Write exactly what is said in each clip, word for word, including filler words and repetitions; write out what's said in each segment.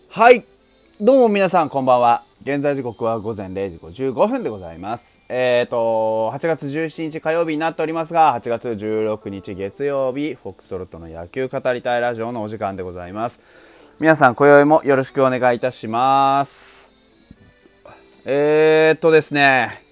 はい。どうも皆さんこんばんは。現在時刻はごぜんれいじごじゅうごふんでございます。えーと、はちがつじゅうしちにち火曜日になっておりますが、はちがつじゅうろくにち月曜日、フォックストロットの野球語りたいラジオのお時間でございます。皆さん今宵もよろしくお願いいたします。えーとですね。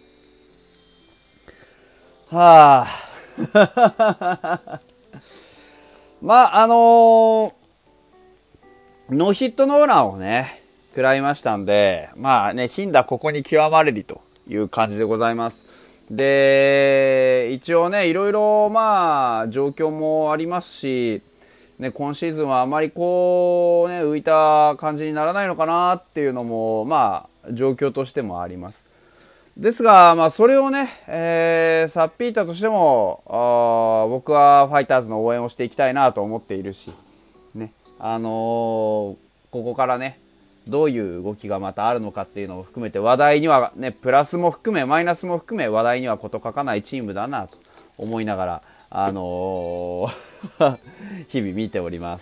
はぁ。まあ、あのー、ノーヒットノーランをね、食らいましたんで、まあね、貧だここに極まれりという感じでございます。で、一応ね、いろいろまあ、状況もありますし、ね、今シーズンはあまりこう、ね、浮いた感じにならないのかなっていうのも、まあ、状況としてもあります。ですが、まあ、それをね、えー、さっぴいたとしても、あ僕はファイターズの応援をしていきたいなと思っているし、ね、あのー、ここからね、どういう動きがまたあるのかっていうのを含めて話題にはね、プラスも含めマイナスも含め話題には事欠かないチームだなと思いながら、あのー、日々見ております。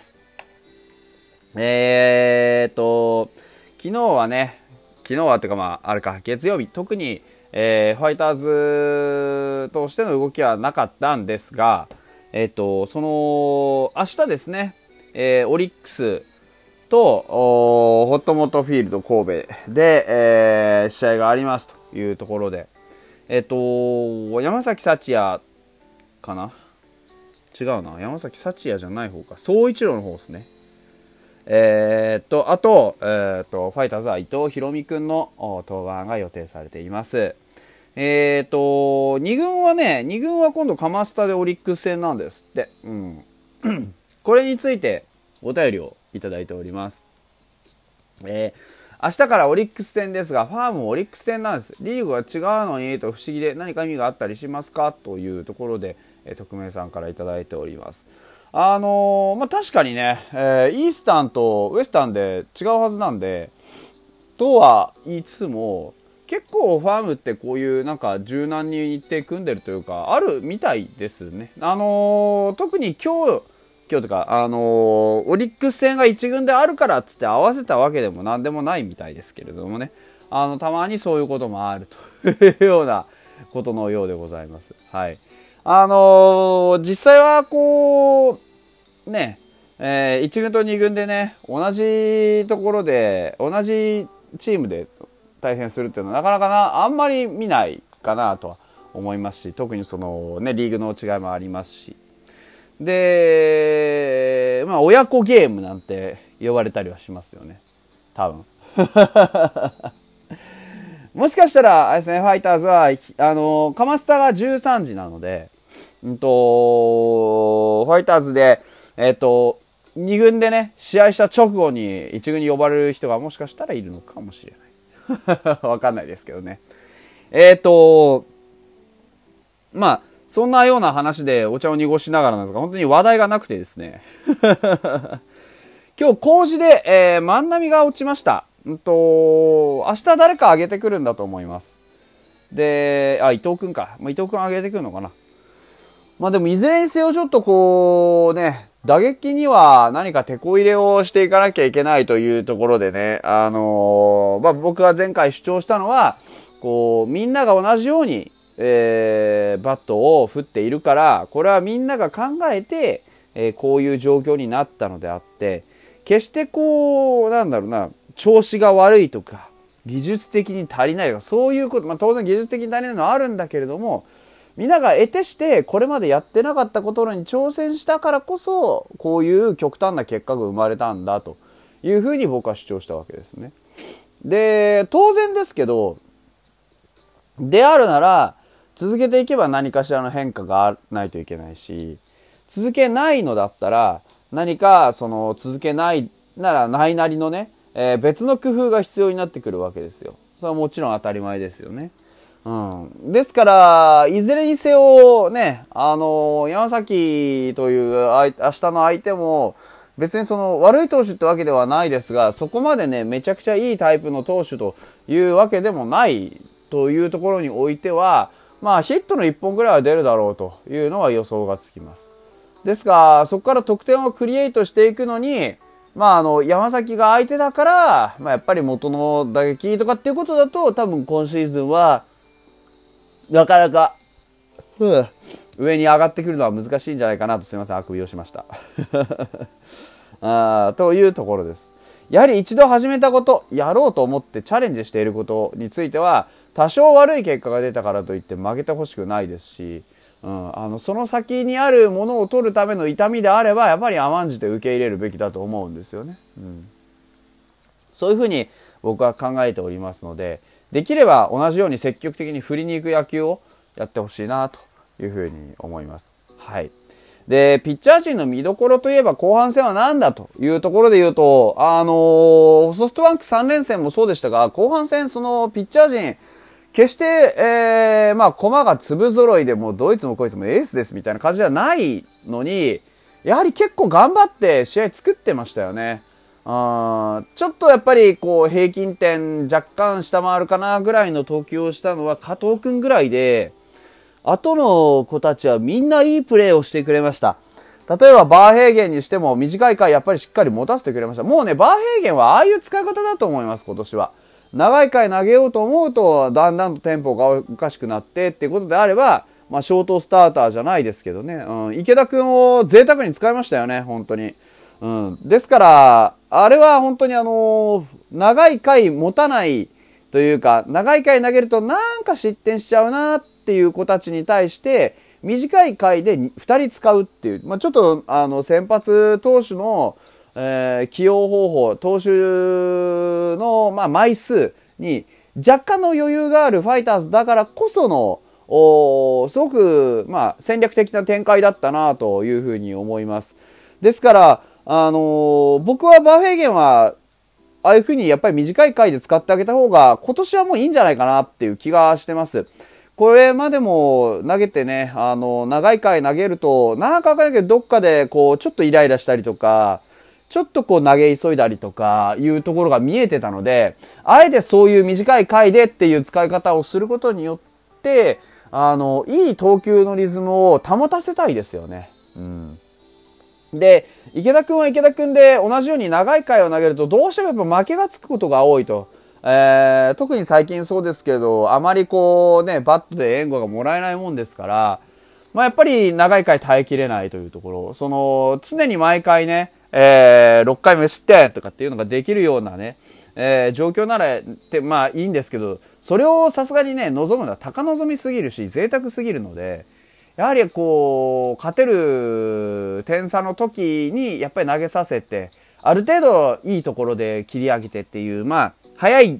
えーっと、昨日はね、昨日はっていうかまあ、あれか、月曜日、特に、えー、ファイターズとしての動きはなかったんですが、えっと、その、明日ですね、えー、オリックスとホットモットフィールド神戸で、えー、試合がありますというところで、えっと、山崎福也かな違うな。山崎福也じゃない方か。総一郎の方ですね。えー、っと、あと、えー、っと、ファイターズは伊藤大海くんの登板が予定されています。えー、っと、に軍はね、に軍は今度カマスタでオリックス戦なんですって。うん。これについてお便りをいただいております。えー、明日からオリックス戦ですが、ファームもオリックス戦なんです。リーグが違うのにと不思議で何か意味があったりしますかというところで、えー、匿名さんからいただいております。あのー、まあ、確かにね、えー、イースタンとウエスタンで違うはずなんで、とは言いつつも、結構ファームってこういうなんか柔軟に日程組んでるというか、あるみたいですね。あのー、特に今日、今日とか、あのー、オリックス戦が一軍であるからっつって合わせたわけでもなんでもないみたいですけれどもね。あの、たまにそういうこともあるというようなことのようでございます。はい。あのー、実際はこう、ね、えー、いち軍とに軍でね、同じところで、同じチームで対戦するっていうのはなかなかな、あんまり見ないかなとは思いますし、特にそのね、リーグの違いもありますし。で、まあ親子ゲームなんて呼ばれたりはしますよね。多分。もしかしたら、あれですね、ファイターズは、あの、カマスタがじゅうさんじなので、うんと、ファイターズで、えっと、に軍でね、試合した直後にいち軍に呼ばれる人がもしかしたらいるのかもしれない。わかんないですけどね。えっと、まあ、そんなような話でお茶を濁しながらなんですが、本当に話題がなくてですね。今日、工事で、えー、万波が落ちました。うんと、明日誰か上げてくるんだと思います。で、あ、伊藤くんか。まあ、伊藤くん上げてくるのかな。まあでもいずれにせよちょっとこうね、打撃には何か手こ入れをしていかなきゃいけないというところでね、あのー、まあ僕が前回主張したのは、こう、みんなが同じように、えー、バットを振っているから、これはみんなが考えて、えー、こういう状況になったのであって、決してこう、なんだろうな、調子が悪いとか、技術的に足りないとか、そういうこと、まあ当然技術的に足りないのはあるんだけれども、みんなが得てしてこれまでやってなかったことに挑戦したからこそこういう極端な結果が生まれたんだというふうに僕は主張したわけですね。で、当然ですけど、であるなら続けていけば何かしらの変化がないといけないし、続けないのだったら何かその続けないならないなりのね、えー、別の工夫が必要になってくるわけですよ。それはもちろん当たり前ですよね。うん、ですからいずれにせよね、あの山崎という明日の相手も別にその悪い投手ってわけではないですが、そこまでねめちゃくちゃいいタイプの投手というわけでもないというところにおいては、まあヒットのいっぽんぐらいは出るだろうというのは予想がつきます。ですがそこから得点をクリエイトしていくのに、 まあ、あの、山崎が相手だから、まあ、やっぱり元の打撃とかっていうことだと、多分今シーズンは、なかなか、上に上がってくるのは難しいんじゃないかなと、すみません、あくびをしました。あというところです。やはり一度始めたこと、やろうと思ってチャレンジしていることについては、多少悪い結果が出たからといって負けてほしくないですし、うん、あのその先にあるものを取るための痛みであればやっぱり甘んじて受け入れるべきだと思うんですよね、うん、そういうふうに僕は考えておりますので、できれば同じように積極的に振りに行く野球をやってほしいなというふうに思います。はい。で、ピッチャー陣の見どころといえば後半戦は何だというところで言うと、あのー、ソフトバンクさん連戦もそうでしたが、後半戦そのピッチャー陣決して、えー、まあ、駒が粒揃いでもうどいつもこいつもエースですみたいな感じではないのに、やはり結構頑張って試合作ってましたよね。あちょっとやっぱりこう平均点若干下回るかなぐらいの投球をしたのは加藤くんぐらいで、後の子たちはみんないいプレーをしてくれました。例えばバーヘーゲンにしても短い回やっぱりしっかり持たせてくれました。もうね、バーヘーゲンはああいう使い方だと思います、今年は。長い回投げようと思うとだんだんとテンポがおかしくなってっていうことであれば、まあ、ショートスターターじゃないですけどね、うん、池田くんを贅沢に使いましたよね本当に、うん、ですからあれは本当にあのー、長い回持たないというか、長い回投げるとなんか失点しちゃうなっていう子たちに対して短い回でふたり使うっていう、まあ、ちょっとあの先発投手のえー、起用方法、投手の、まあ、枚数に若干の余裕があるファイターズだからこその、おすごく、まあ、戦略的な展開だったなというふうに思います。ですから、あのー、僕はバーヘーゲンは、ああいうふうにやっぱり短い回で使ってあげた方が、今年はもういいんじゃないかなっていう気がしてます。これまでも投げてね、あの、長い回投げると、なんかわかんないけど、どっかでこう、ちょっとイライラしたりとか、ちょっとこう投げ急いだりとかいうところが見えてたので、あえてそういう短い回でっていう使い方をすることによって、あの、いい投球のリズムを保たせたいですよね。うん。で、池田くんは池田くんで同じように長い回を投げるとどうしてもやっぱ負けがつくことが多いと。えー、特に最近そうですけど、あまりこうね、バットで援護がもらえないもんですから、まあやっぱり長い回耐えきれないというところ、その、常に毎回ね、えー、ろっかいめ失点とかっていうのができるようなね、えー、状況ならってまあいいんですけど、それをさすがにね望むのは高望みすぎるし贅沢すぎるので、やはりこう勝てる点差の時にやっぱり投げさせて、ある程度いいところで切り上げてっていう、まあ早い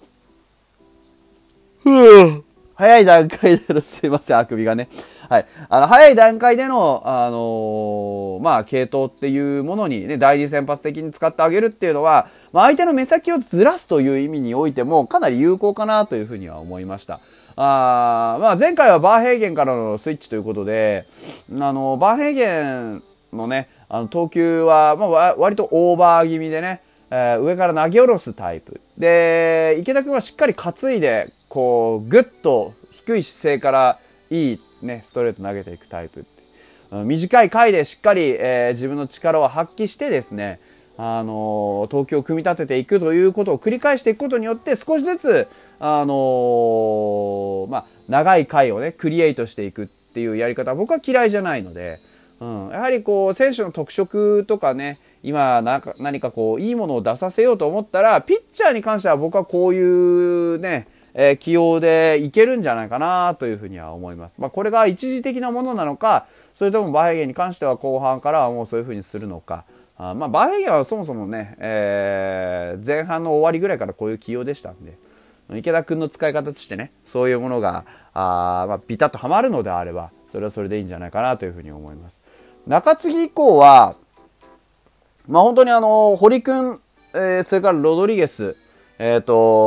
早い段階でのすいませんあくびがねはい、あの早い段階での、あのー、まあ、継投っていうものに、ね、第二先発的に使ってあげるっていうのは、まあ、相手の目先をずらすという意味においてもかなり有効かなというふうには思いました。あまあ、前回はバーヘーゲンからのスイッチということで、あのバーヘーゲンのねあの投球は、まあ、割とオーバー気味でね、えー、上から投げ下ろすタイプで、池田君はしっかり担いでこうグッと低い姿勢からいいね、ストレート投げていくタイプって、短い回でしっかり、えー、自分の力を発揮してですね、あのー、投球を組み立てていくということを繰り返していくことによって少しずつ、あのーまあ、長い回をねクリエイトしていくっていうやり方は僕は嫌いじゃないので、うん、やはりこう選手の特色とかね、今なんか何かこういいものを出させようと思ったらピッチャーに関しては僕はこういうねえー、起用でいけるんじゃないかなというふうには思います。まあ、これが一時的なものなのか、それともバーヘーゲンに関しては後半からはもうそういうふうにするのか。あまあ、バーヘーゲンはそもそもね、えー、前半の終わりぐらいからこういう起用でしたんで、池田君の使い方としてね、そういうものがあ、まあ、ビタッとはまるのであれば、それはそれでいいんじゃないかなというふうに思います。中継ぎ以降は、まあ、本当にあの堀君、えー、それからロドリゲス、えっ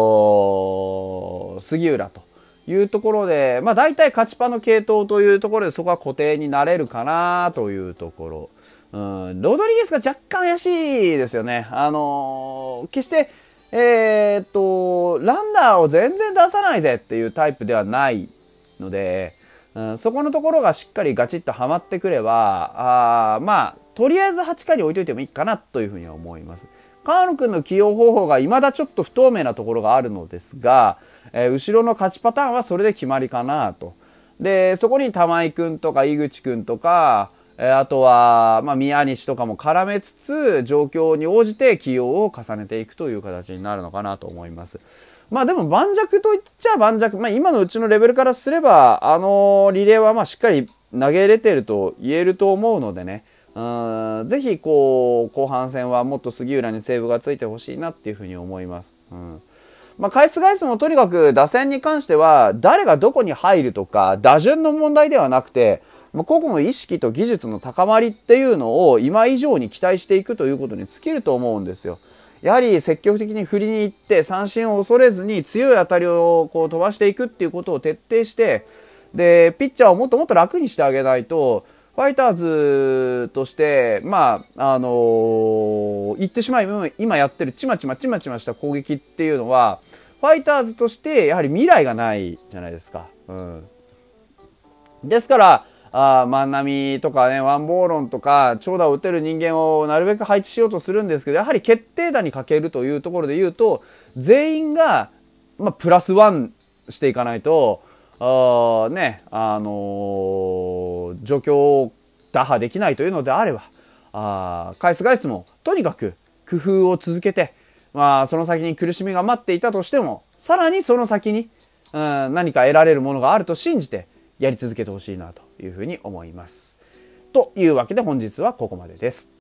と、杉浦というところで、まあ大体勝ちパの系統というところでそこは固定になれるかなというところ。うん、ロドリゲスが若干怪しいですよね。あのー、決して、えっと、ランナーを全然出さないぜっていうタイプではないので、 うん、そこのところがしっかりガチッとはまってくれば、あまあ、とりあえずはちかいに置いといてもいいかなというふうには思います。河野君の起用方法が未だちょっと不透明なところがあるのですが、えー、後ろの勝ちパターンはそれで決まりかなと。で、そこに玉井君とか井口君とか、えー、あとは、まあ、宮西とかも絡めつつ、状況に応じて起用を重ねていくという形になるのかなと思います。まあでも盤石と言っちゃ盤石。まあ今のうちのレベルからすれば、あのリレーはまあしっかり投げれてると言えると思うのでね。うん、ぜひこう、後半戦はもっと杉浦にセーブがついてほしいなっていうふうに思います。うん。まあ回数回数もとにかく打線に関しては、誰がどこに入るとか、打順の問題ではなくて、個々の意識と技術の高まりっていうのを今以上に期待していくということに尽きると思うんですよ。やはり積極的に振りに行って三振を恐れずに強い当たりをこう飛ばしていくっていうことを徹底して、で、ピッチャーをもっともっと楽にしてあげないと、ファイターズとして、まあ、あのー、言ってしまえば今やってるちまちまちまちました攻撃っていうのは、ファイターズとしてやはり未来がないじゃないですか。うん。ですから、あ万波とかね、ワンボーロンとか、長打を打てる人間をなるべく配置しようとするんですけど、やはり決定打にかけるというところで言うと、全員が、まあ、プラスワンしていかないと、あね、あのー、状況を打破できないというのであれば、あ返す返すも、とにかく工夫を続けて、まあ、その先に苦しみが待っていたとしても、さらにその先に、うん、何か得られるものがあると信じて、やり続けてほしいなというふうに思います。というわけで本日はここまでです。